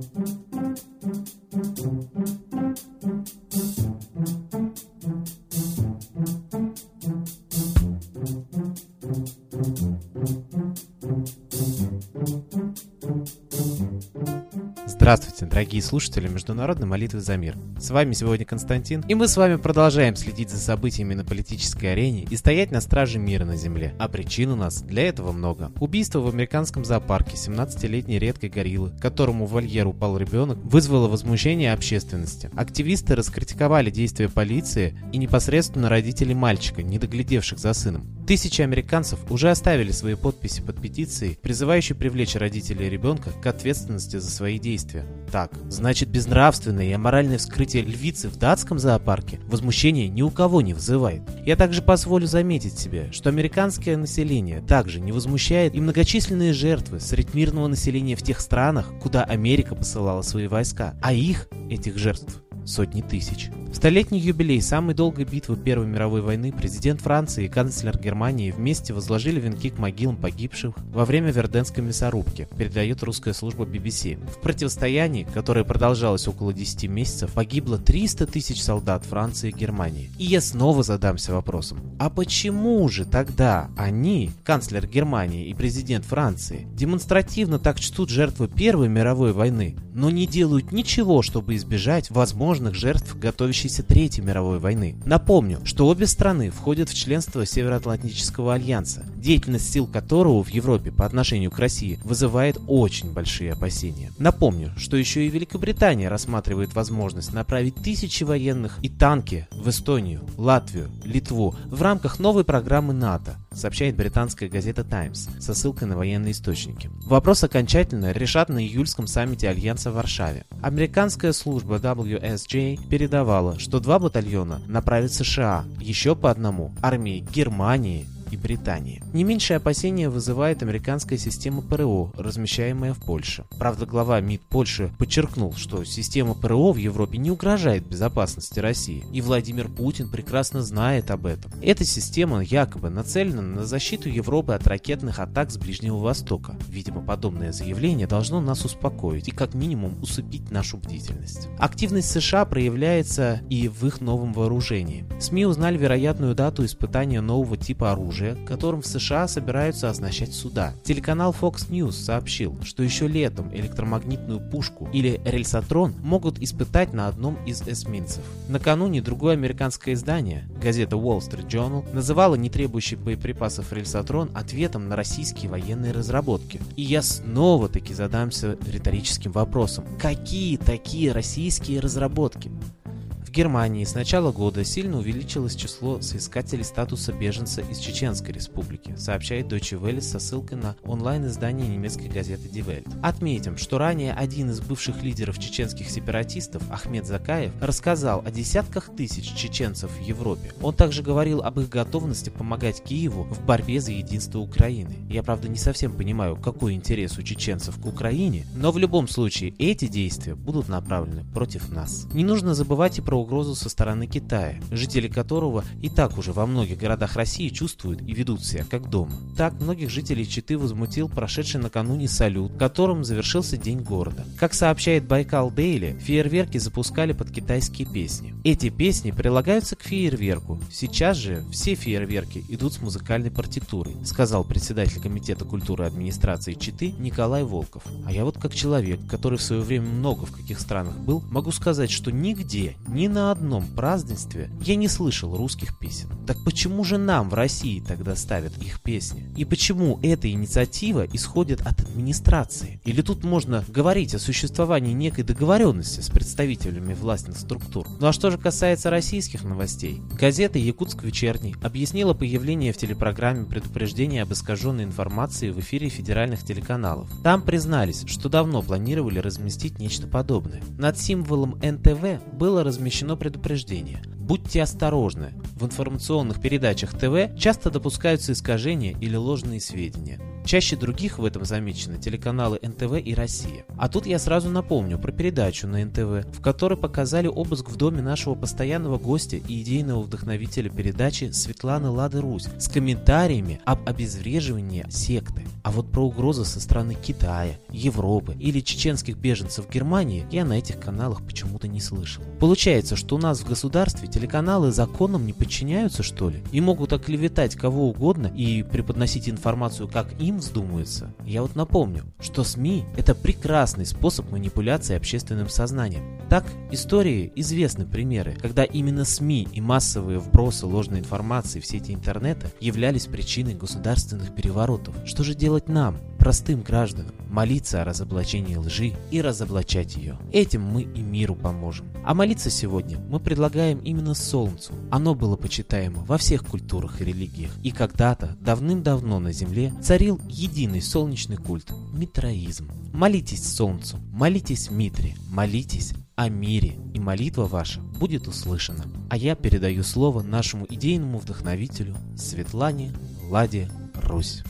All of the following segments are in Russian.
Здравствуйте, дорогие слушатели Международной молитвы за мир. С вами сегодня Константин, и мы с вами продолжаем следить за событиями на политической арене и стоять на страже мира на земле. А причин у нас для этого много. Убийство в американском зоопарке 17-летней редкой гориллы, которому в вольер упал ребенок, вызвало возмущение общественности. Активисты раскритиковали действия полиции и непосредственно родителей мальчика, не доглядевших за сыном. Тысячи американцев уже оставили свои подписи под петицией, призывающей привлечь родителей ребенка к ответственности за свои действия. Так, значит, безнравственное и аморальное вскрытие львицы в датском зоопарке возмущения ни у кого не вызывает. Я также позволю заметить себе, что американское население также не возмущает и многочисленные жертвы среди мирного населения в тех странах, куда Америка посылала свои войска, а этих жертв, сотни тысяч. В столетний юбилей самой долгой битвы Первой мировой войны президент Франции и канцлер Германии вместе возложили венки к могилам погибших во время Верденской мясорубки, передает русская служба BBC. В противостоянии, которое продолжалось около 10 месяцев, погибло 300 тысяч солдат Франции и Германии. И я снова задамся вопросом, а почему же тогда они, канцлер Германии и президент Франции, демонстративно так чтут жертвы Первой мировой войны, но не делают ничего, чтобы избежать возможных жертв готовящейся Третьей мировой войны? Напомню, что обе страны входят в членство Североатлантического альянса, деятельность сил которого в Европе по отношению к России вызывает очень большие опасения. Напомню, что еще и Великобритания рассматривает возможность направить тысячи военных и танки в Эстонию, Латвию, Литву в рамках новой программы НАТО, сообщает британская газета Times со ссылкой на военные источники. Вопрос окончательно решат на июльском саммите Альянса в Варшаве. Американская служба WSJ передавала, что 2 батальона направят в США, еще по одному армии Германии и Британии. Не меньшее опасение вызывает американская система ПРО, размещаемая в Польше. Правда, глава МИД Польши подчеркнул, что система ПРО в Европе не угрожает безопасности России, и Владимир Путин прекрасно знает об этом. Эта система якобы нацелена на защиту Европы от ракетных атак с Ближнего Востока. Видимо, подобное заявление должно нас успокоить и как минимум усыпить нашу бдительность. Активность США проявляется и в их новом вооружении. СМИ узнали вероятную дату испытания нового типа оружия, которым в США собираются оснащать суда. Телеканал Fox News сообщил, что еще летом электромагнитную пушку или рельсотрон могут испытать на одном из эсминцев. Накануне другое американское издание, газета Wall Street Journal, называла не требующий боеприпасов рельсотрон ответом на российские военные разработки. И я снова-таки задамся риторическим вопросом: какие такие российские разработки? В Германии с начала года сильно увеличилось число соискателей статуса беженца из Чеченской республики, сообщает Deutsche Welle со ссылкой на онлайн-издание немецкой газеты Die Welt. Отметим, что ранее один из бывших лидеров чеченских сепаратистов, Ахмед Закаев, рассказал о десятках тысяч чеченцев в Европе. Он также говорил об их готовности помогать Киеву в борьбе за единство Украины. Я, правда, не совсем понимаю, какой интерес у чеченцев к Украине, но в любом случае эти действия будут направлены против нас. Не нужно забывать и про угрозу со стороны Китая, жители которого и так уже во многих городах России чувствуют и ведут себя как дома. Так, многих жителей Читы возмутил прошедший накануне салют, которым завершился День города. Как сообщает Байкал Дейли, фейерверки запускали под китайские песни. Эти песни прилагаются к фейерверку. Сейчас же все фейерверки идут с музыкальной партитурой, сказал председатель комитета культуры администрации Читы Николай Волков. А я вот как человек, который в свое время много в каких странах был, могу сказать, что нигде, ни на одном празднестве я не слышал русских песен. Так почему же нам в России тогда ставят их песни? И почему эта инициатива исходит от администрации? Или тут можно говорить о существовании некой договоренности с представителями властных структур? Ну а что же касается российских новостей? Газета «Якутск вечерний» объяснила появление в телепрограмме предупреждения об искаженной информации в эфире федеральных телеканалов. Там признались, что давно планировали разместить нечто подобное. Над символом НТВ было размещено предупреждение: будьте осторожны, В информационных передачах ТВ часто допускаются искажения или ложные сведения. Чаще других в этом замечены телеканалы НТВ и Россия. А тут я сразу напомню про передачу на НТВ, в которой показали обыск в доме нашего постоянного гостя и идейного вдохновителя передачи Светланы Лады Русь с комментариями об обезвреживании секты. А вот про угрозы со стороны Китая, Европы или чеченских беженцев в Германии я на этих каналах почему-то не слышал. Получается, что у нас в государстве телеканалы законам не подчиняются, что ли? И могут оклеветать кого угодно и преподносить информацию, как им вздумается. Я вот напомню, что СМИ – это прекрасный способ манипуляции общественным сознанием. Так, истории известны примеры, когда именно СМИ и массовые вбросы ложной информации в сети интернета являлись причиной государственных переворотов. Что же делать нам, простым гражданам? Молиться о разоблачении лжи и разоблачать ее. Этим мы и миру поможем. А молиться сегодня мы предлагаем именно Солнцу. Оно было почитаемо во всех культурах и религиях. И когда-то, давным-давно на Земле, царил единый солнечный культ – митраизм. Молитесь Солнцу, молитесь Митре, молитесь о мире, и молитва ваша будет услышана. А я передаю слово нашему идейному вдохновителю Светлане Ладе Русь.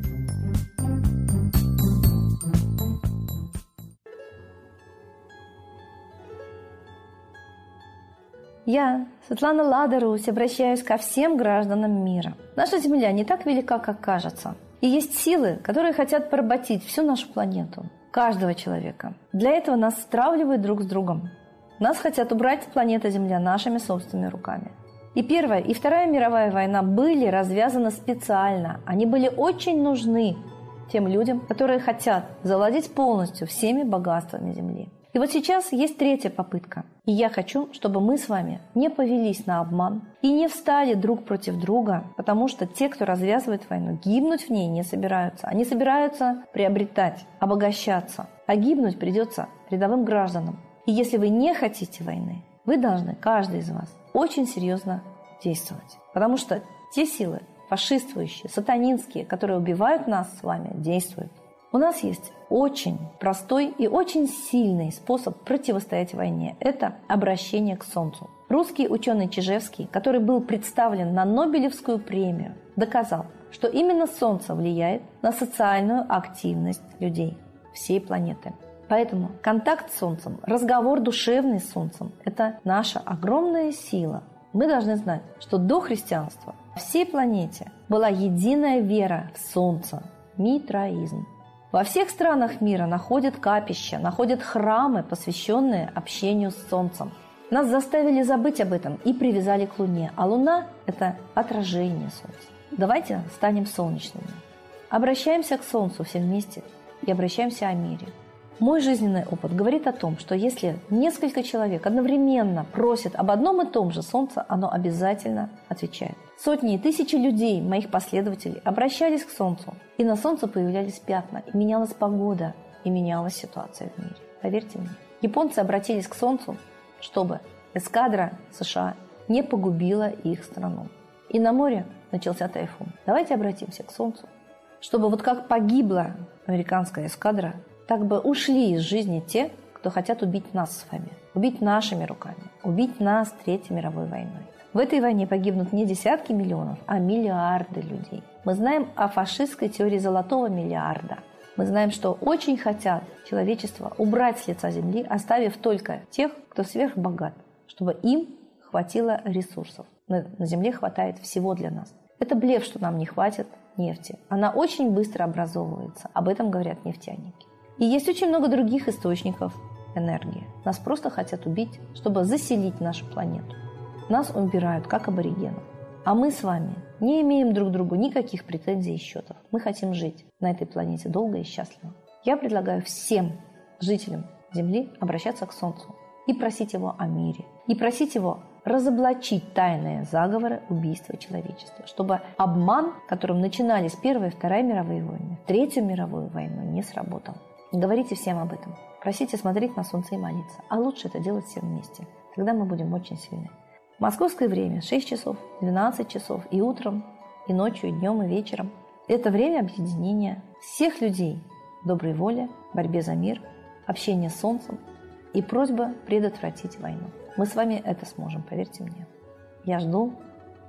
Я, Светлана Лада Русь, обращаюсь ко всем гражданам мира. Наша Земля не так велика, как кажется. И есть силы, которые хотят поработить всю нашу планету, каждого человека. Для этого нас стравливают друг с другом. Нас хотят убрать с планеты Земля нашими собственными руками. И Первая, и Вторая мировая война были развязаны специально. Они были очень нужны тем людям, которые хотят завладеть полностью всеми богатствами Земли. И вот сейчас есть третья попытка. И я хочу, чтобы мы с вами не повелись на обман и не встали друг против друга, потому что те, кто развязывает войну, гибнуть в ней не собираются. Они собираются приобретать, обогащаться. А гибнуть придется рядовым гражданам. И если вы не хотите войны, вы должны, каждый из вас, очень серьезно действовать. Потому что те силы, фашистующие, сатанинские, которые убивают нас с вами, действуют. У нас есть очень простой и очень сильный способ противостоять войне. Это обращение к Солнцу. Русский ученый Чижевский, который был представлен на Нобелевскую премию, доказал, что именно Солнце влияет на социальную активность людей всей планеты. Поэтому контакт с Солнцем, разговор душевный с Солнцем – это наша огромная сила. Мы должны знать, что до христианства на всей планете была единая вера в Солнце – митраизм. Во всех странах мира находят капища, находят храмы, посвященные общению с Солнцем. Нас заставили забыть об этом и привязали к Луне, а Луна – это отражение Солнца. Давайте станем солнечными. Обращаемся к Солнцу все вместе и обращаемся о мире. Мой жизненный опыт говорит о том, что если несколько человек одновременно просят об одном и том же Солнце, оно обязательно отвечает. Сотни и тысячи людей, моих последователей, обращались к Солнцу, и на Солнце появлялись пятна, и менялась погода, и менялась ситуация в мире. Поверьте мне. Японцы обратились к Солнцу, чтобы эскадра США не погубила их страну. И на море начался тайфун. Давайте обратимся к Солнцу, чтобы вот как погибла американская эскадра, так бы ушли из жизни те, кто хотят убить нас с вами, убить нашими руками, убить нас Третьей мировой войной. В этой войне погибнут не десятки миллионов, а миллиарды людей. Мы знаем о фашистской теории золотого миллиарда. Мы знаем, что очень хотят человечество убрать с лица земли, оставив только тех, кто сверхбогат, чтобы им хватило ресурсов. На земле хватает всего для нас. Это блеф, что нам не хватит нефти. Она очень быстро образовывается. Об этом говорят нефтяники. И есть очень много других источников энергии. Нас просто хотят убить, чтобы заселить нашу планету. Нас убирают, как аборигенов. А мы с вами не имеем друг к другу никаких претензий и счетов. Мы хотим жить на этой планете долго и счастливо. Я предлагаю всем жителям Земли обращаться к Солнцу и просить его о мире. И просить его разоблачить тайные заговоры убийства человечества, чтобы обман, которым начинались Первая и Вторая мировые войны, Третью мировую войну, не сработал. Говорите всем об этом. Просите смотреть на Солнце и молиться. А лучше это делать все вместе. Тогда мы будем очень сильны. Московское время 6 часов, 12 часов и утром, и ночью, и днем, и вечером. Это время объединения всех людей в доброй воле, борьбе за мир, общения с Солнцем и просьба предотвратить войну. Мы с вами это сможем, поверьте мне. Я жду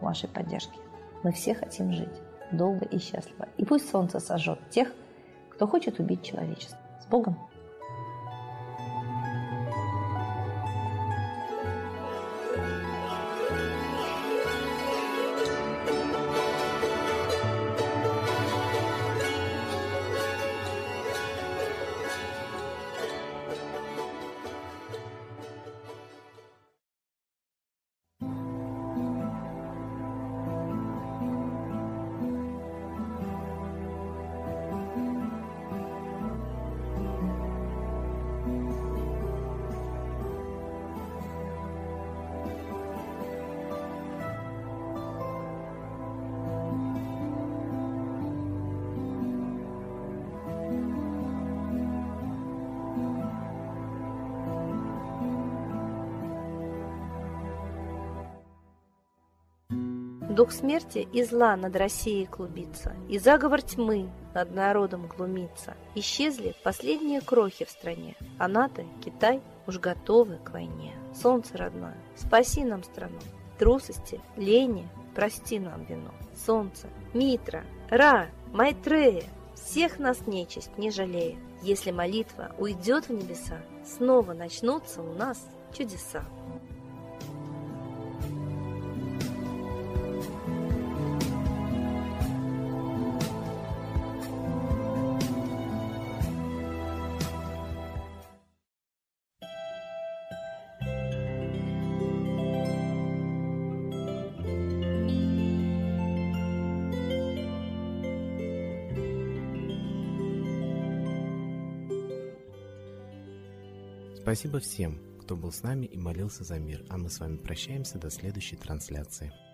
вашей поддержки. Мы все хотим жить долго и счастливо. И пусть солнце сожжет тех, кто хочет убить человечество. С Богом! Дух смерти и зла над Россией клубится, и заговор тьмы над народом глумится. Исчезли последние крохи в стране, а НАТО, Китай уж готовы к войне. Солнце родное, спаси нам страну, трусости, лени, прости нам вину. Солнце, Митра, Ра, Майтрея, всех нас нечисть не жалея. Если молитва уйдет в небеса, снова начнутся у нас чудеса. Спасибо всем, кто был с нами и молился за мир, а мы с вами прощаемся до следующей трансляции.